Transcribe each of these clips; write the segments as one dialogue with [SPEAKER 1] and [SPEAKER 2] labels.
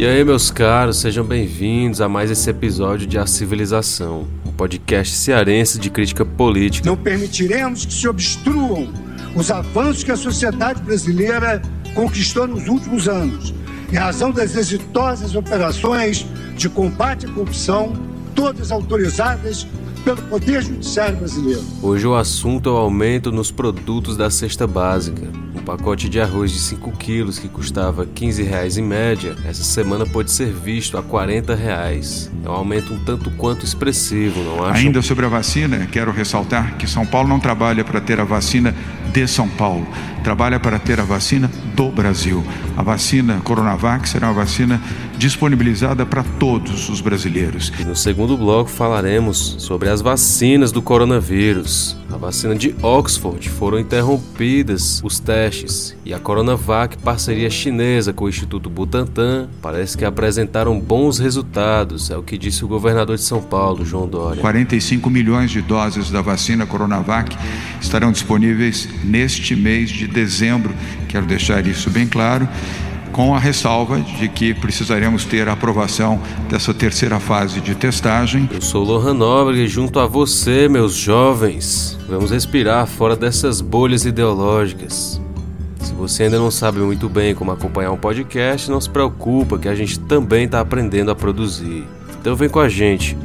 [SPEAKER 1] E aí, meus caros, sejam bem-vindos a mais esse episódio de A Civilização, um podcast cearense de crítica política.
[SPEAKER 2] Não permitiremos que se obstruam os avanços que a sociedade brasileira conquistou nos últimos anos, em razão das exitosas operações de combate à corrupção, todas autorizadas pelo Poder Judiciário brasileiro.
[SPEAKER 1] Hoje o assunto é o aumento nos produtos da cesta básica. Um pacote de arroz de 5 quilos que custava R$15 em média, essa semana pode ser visto a R$40. É um aumento um tanto quanto expressivo, não acha?
[SPEAKER 3] Ainda sobre a vacina, quero ressaltar que São Paulo não trabalha para ter a vacina de São Paulo, trabalha para ter a vacina do Brasil. A vacina Coronavac será uma vacina disponibilizada para todos os brasileiros.
[SPEAKER 1] E no segundo bloco falaremos sobre as vacinas do coronavírus. A vacina de Oxford foram interrompidas os testes e a Coronavac, parceria chinesa com o Instituto Butantan, parece que apresentaram bons resultados, é o que disse o governador de São Paulo, João Dória.
[SPEAKER 3] 45 milhões de doses da vacina Coronavac estarão disponíveis neste mês de dezembro, quero deixar isso bem claro, com a ressalva de que precisaremos ter a aprovação dessa terceira fase de testagem.
[SPEAKER 1] Eu sou Lohan Nóbrega e junto a você, meus jovens, vamos respirar fora dessas bolhas ideológicas. Se você ainda não sabe muito bem como acompanhar um podcast, não se preocupa que a gente também está aprendendo a produzir. Então vem com a gente.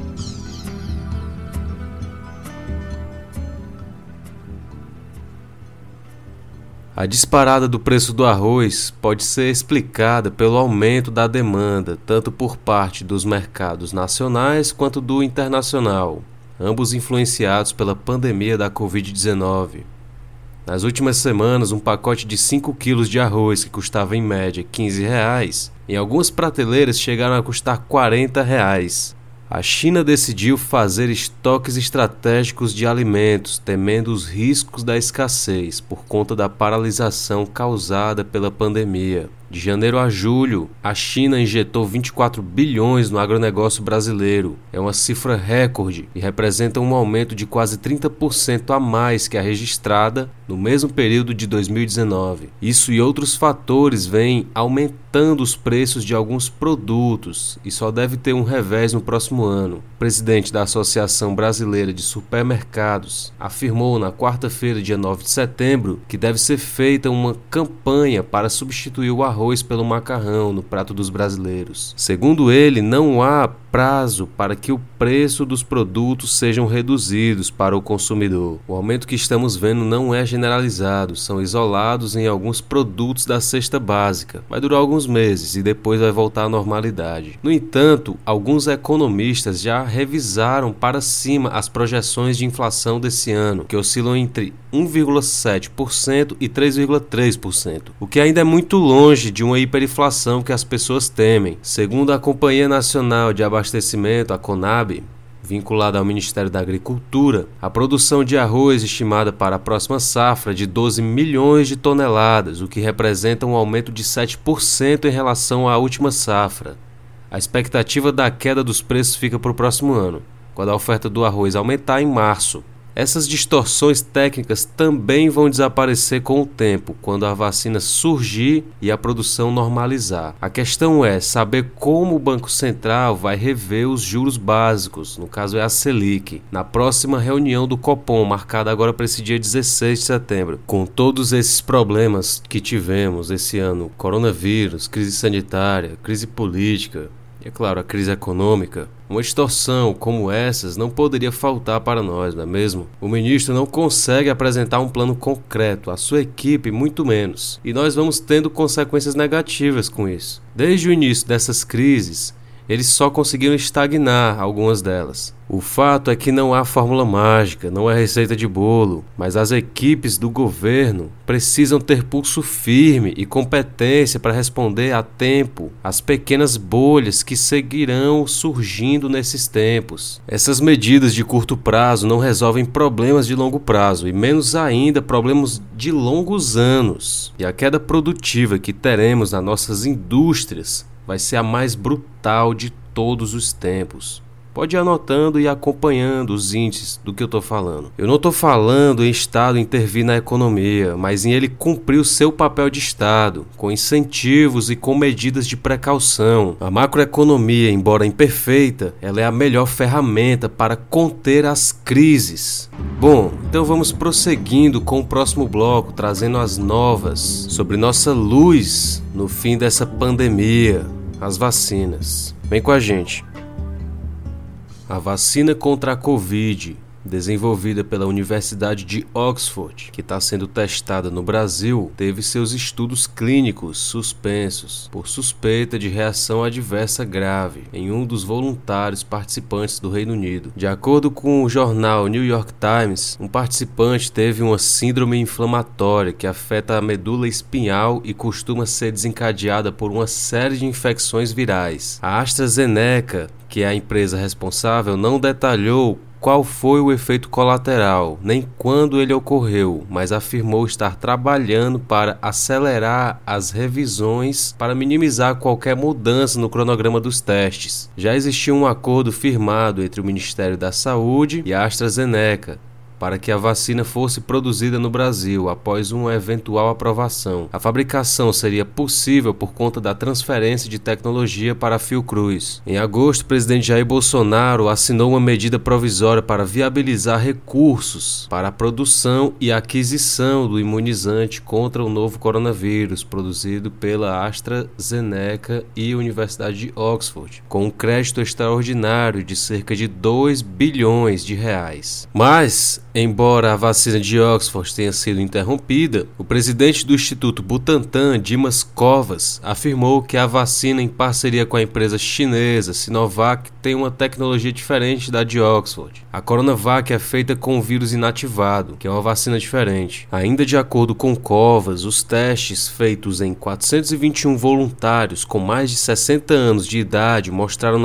[SPEAKER 1] A disparada do preço do arroz pode ser explicada pelo aumento da demanda, tanto por parte dos mercados nacionais quanto do internacional, ambos influenciados pela pandemia da Covid-19. Nas últimas semanas, um pacote de 5 quilos de arroz, que custava em média R$15, em algumas prateleiras chegaram a custar R$40. A China decidiu fazer estoques estratégicos de alimentos, temendo os riscos da escassez por conta da paralisação causada pela pandemia. De janeiro a julho, a China injetou 24 bilhões no agronegócio brasileiro. É uma cifra recorde e representa um aumento de quase 30% a mais que a registrada no mesmo período de 2019. Isso e outros fatores vêm aumentando os preços de alguns produtos e só deve ter um revés no próximo ano. O presidente da Associação Brasileira de Supermercados afirmou na quarta-feira, dia 9 de setembro, que deve ser feita uma campanha para substituir o arroz pelo macarrão no prato dos brasileiros. Segundo ele, não há prazo para que o preço dos produtos sejam reduzidos para o consumidor. O aumento que estamos vendo não é generalizado, são isolados em alguns produtos da cesta básica. Vai durar alguns meses e depois vai voltar à normalidade. No entanto, alguns economistas já revisaram para cima as projeções de inflação desse ano, que oscilam entre 1,7% e 3,3%, o que ainda é muito longe de uma hiperinflação que as pessoas temem. Segundo a Companhia Nacional de Abastecimento, a CONAB, vinculada ao Ministério da Agricultura, a produção de arroz estimada para a próxima safra é de 12 milhões de toneladas, o que representa um aumento de 7% em relação à última safra. A expectativa da queda dos preços fica para o próximo ano, quando a oferta do arroz aumentar em março. Essas distorções técnicas também vão desaparecer com o tempo, quando a vacina surgir e a produção normalizar. A questão é saber como o Banco Central vai rever os juros básicos, no caso é a Selic, na próxima reunião do Copom, marcada agora para esse dia 16 de setembro. Com todos esses problemas que tivemos esse ano, coronavírus, crise sanitária, crise política, e é claro, a crise econômica, uma distorção como essas não poderia faltar para nós, não é mesmo? O ministro não consegue apresentar um plano concreto, a sua equipe muito menos, e nós vamos tendo consequências negativas com isso. Desde o início dessas crises, eles só conseguiram estagnar algumas delas. O fato é que não há fórmula mágica, não é receita de bolo, mas as equipes do governo precisam ter pulso firme e competência para responder a tempo às pequenas bolhas que seguirão surgindo nesses tempos. Essas medidas de curto prazo não resolvem problemas de longo prazo e menos ainda problemas de longos anos. E a queda produtiva que teremos nas nossas indústrias vai ser a mais brutal de todos os tempos. Pode ir anotando e acompanhando os índices do que eu estou falando. Eu não estou falando em Estado intervir na economia, mas em ele cumprir o seu papel de Estado, com incentivos e com medidas de precaução. A macroeconomia, embora imperfeita, ela é a melhor ferramenta para conter as crises. Bom, então vamos prosseguindo com o próximo bloco, trazendo as novas sobre nossa luz no fim dessa pandemia, as vacinas. Vem com a gente. A vacina contra a Covid, desenvolvida pela Universidade de Oxford, que está sendo testada no Brasil, teve seus estudos clínicos suspensos por suspeita de reação adversa grave em um dos voluntários participantes do Reino Unido. De acordo com o jornal New York Times, um participante teve uma síndrome inflamatória que afeta a medula espinhal e costuma ser desencadeada por uma série de infecções virais. A AstraZeneca, que é a empresa responsável, não detalhou qual foi o efeito colateral, nem quando ele ocorreu, mas afirmou estar trabalhando para acelerar as revisões para minimizar qualquer mudança no cronograma dos testes. Já existia um acordo firmado entre o Ministério da Saúde e a AstraZeneca para que a vacina fosse produzida no Brasil após uma eventual aprovação. A fabricação seria possível por conta da transferência de tecnologia para a Fiocruz. Em agosto, o presidente Jair Bolsonaro assinou uma medida provisória para viabilizar recursos para a produção e aquisição do imunizante contra o novo coronavírus, produzido pela AstraZeneca e Universidade de Oxford, com um crédito extraordinário de cerca de 2 bilhões de reais. Mas, embora a vacina de Oxford tenha sido interrompida, o presidente do Instituto Butantan, Dimas Covas, afirmou que a vacina em parceria com a empresa chinesa Sinovac tem uma tecnologia diferente da de Oxford. A Coronavac é feita com o vírus inativado, que é uma vacina diferente. Ainda de acordo com Covas, os testes feitos em 421 voluntários com mais de 60 anos de idade mostraram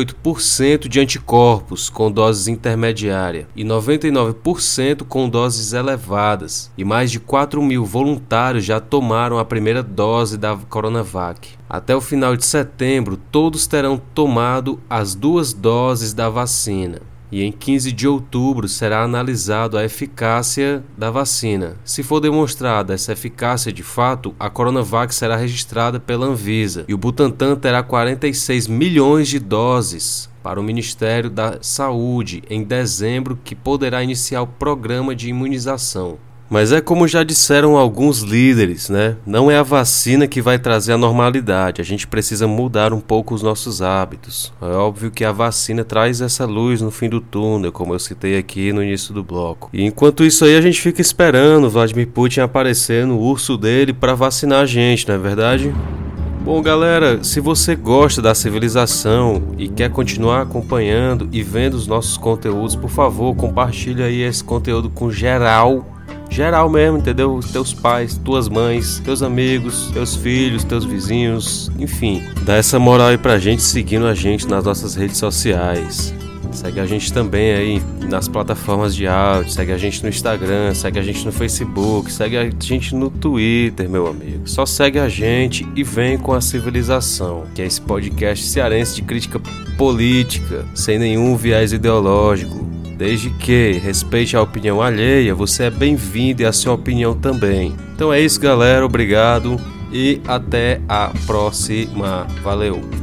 [SPEAKER 1] 98% de anticorpos com doses intermediárias e 99% com doses elevadas, e mais de 4.000 voluntários já tomaram a primeira dose da Coronavac. Até o final de setembro, todos terão tomado as 2 doses da vacina. E em 15 de outubro será analisado a eficácia da vacina. Se for demonstrada essa eficácia de fato, a Coronavac será registrada pela Anvisa e o Butantan terá 46 milhões de doses para o Ministério da Saúde em dezembro, que poderá iniciar o programa de imunização. Mas é como já disseram alguns líderes, né? Não é a vacina que vai trazer a normalidade, a gente precisa mudar um pouco os nossos hábitos. É óbvio que a vacina traz essa luz no fim do túnel, como eu citei aqui no início do bloco. E enquanto isso aí a gente fica esperando o Vladimir Putin aparecer no urso dele para vacinar a gente, não é verdade? Bom, galera, se você gosta da civilização e quer continuar acompanhando e vendo os nossos conteúdos, por favor, compartilha aí esse conteúdo com geral mesmo, entendeu? Teus pais, tuas mães, teus amigos, teus filhos, teus vizinhos, enfim. Dá essa moral aí pra gente, seguindo a gente nas nossas redes sociais. Segue a gente também aí nas plataformas de áudio, segue a gente no Instagram, segue a gente no Facebook, segue a gente no Twitter, meu amigo. Só segue a gente e vem com a civilização, que é esse podcast cearense de crítica política, sem nenhum viés ideológico. Desde que respeite a opinião alheia, você é bem-vindo e a sua opinião também. Então é isso, galera. Obrigado e até a próxima. Valeu!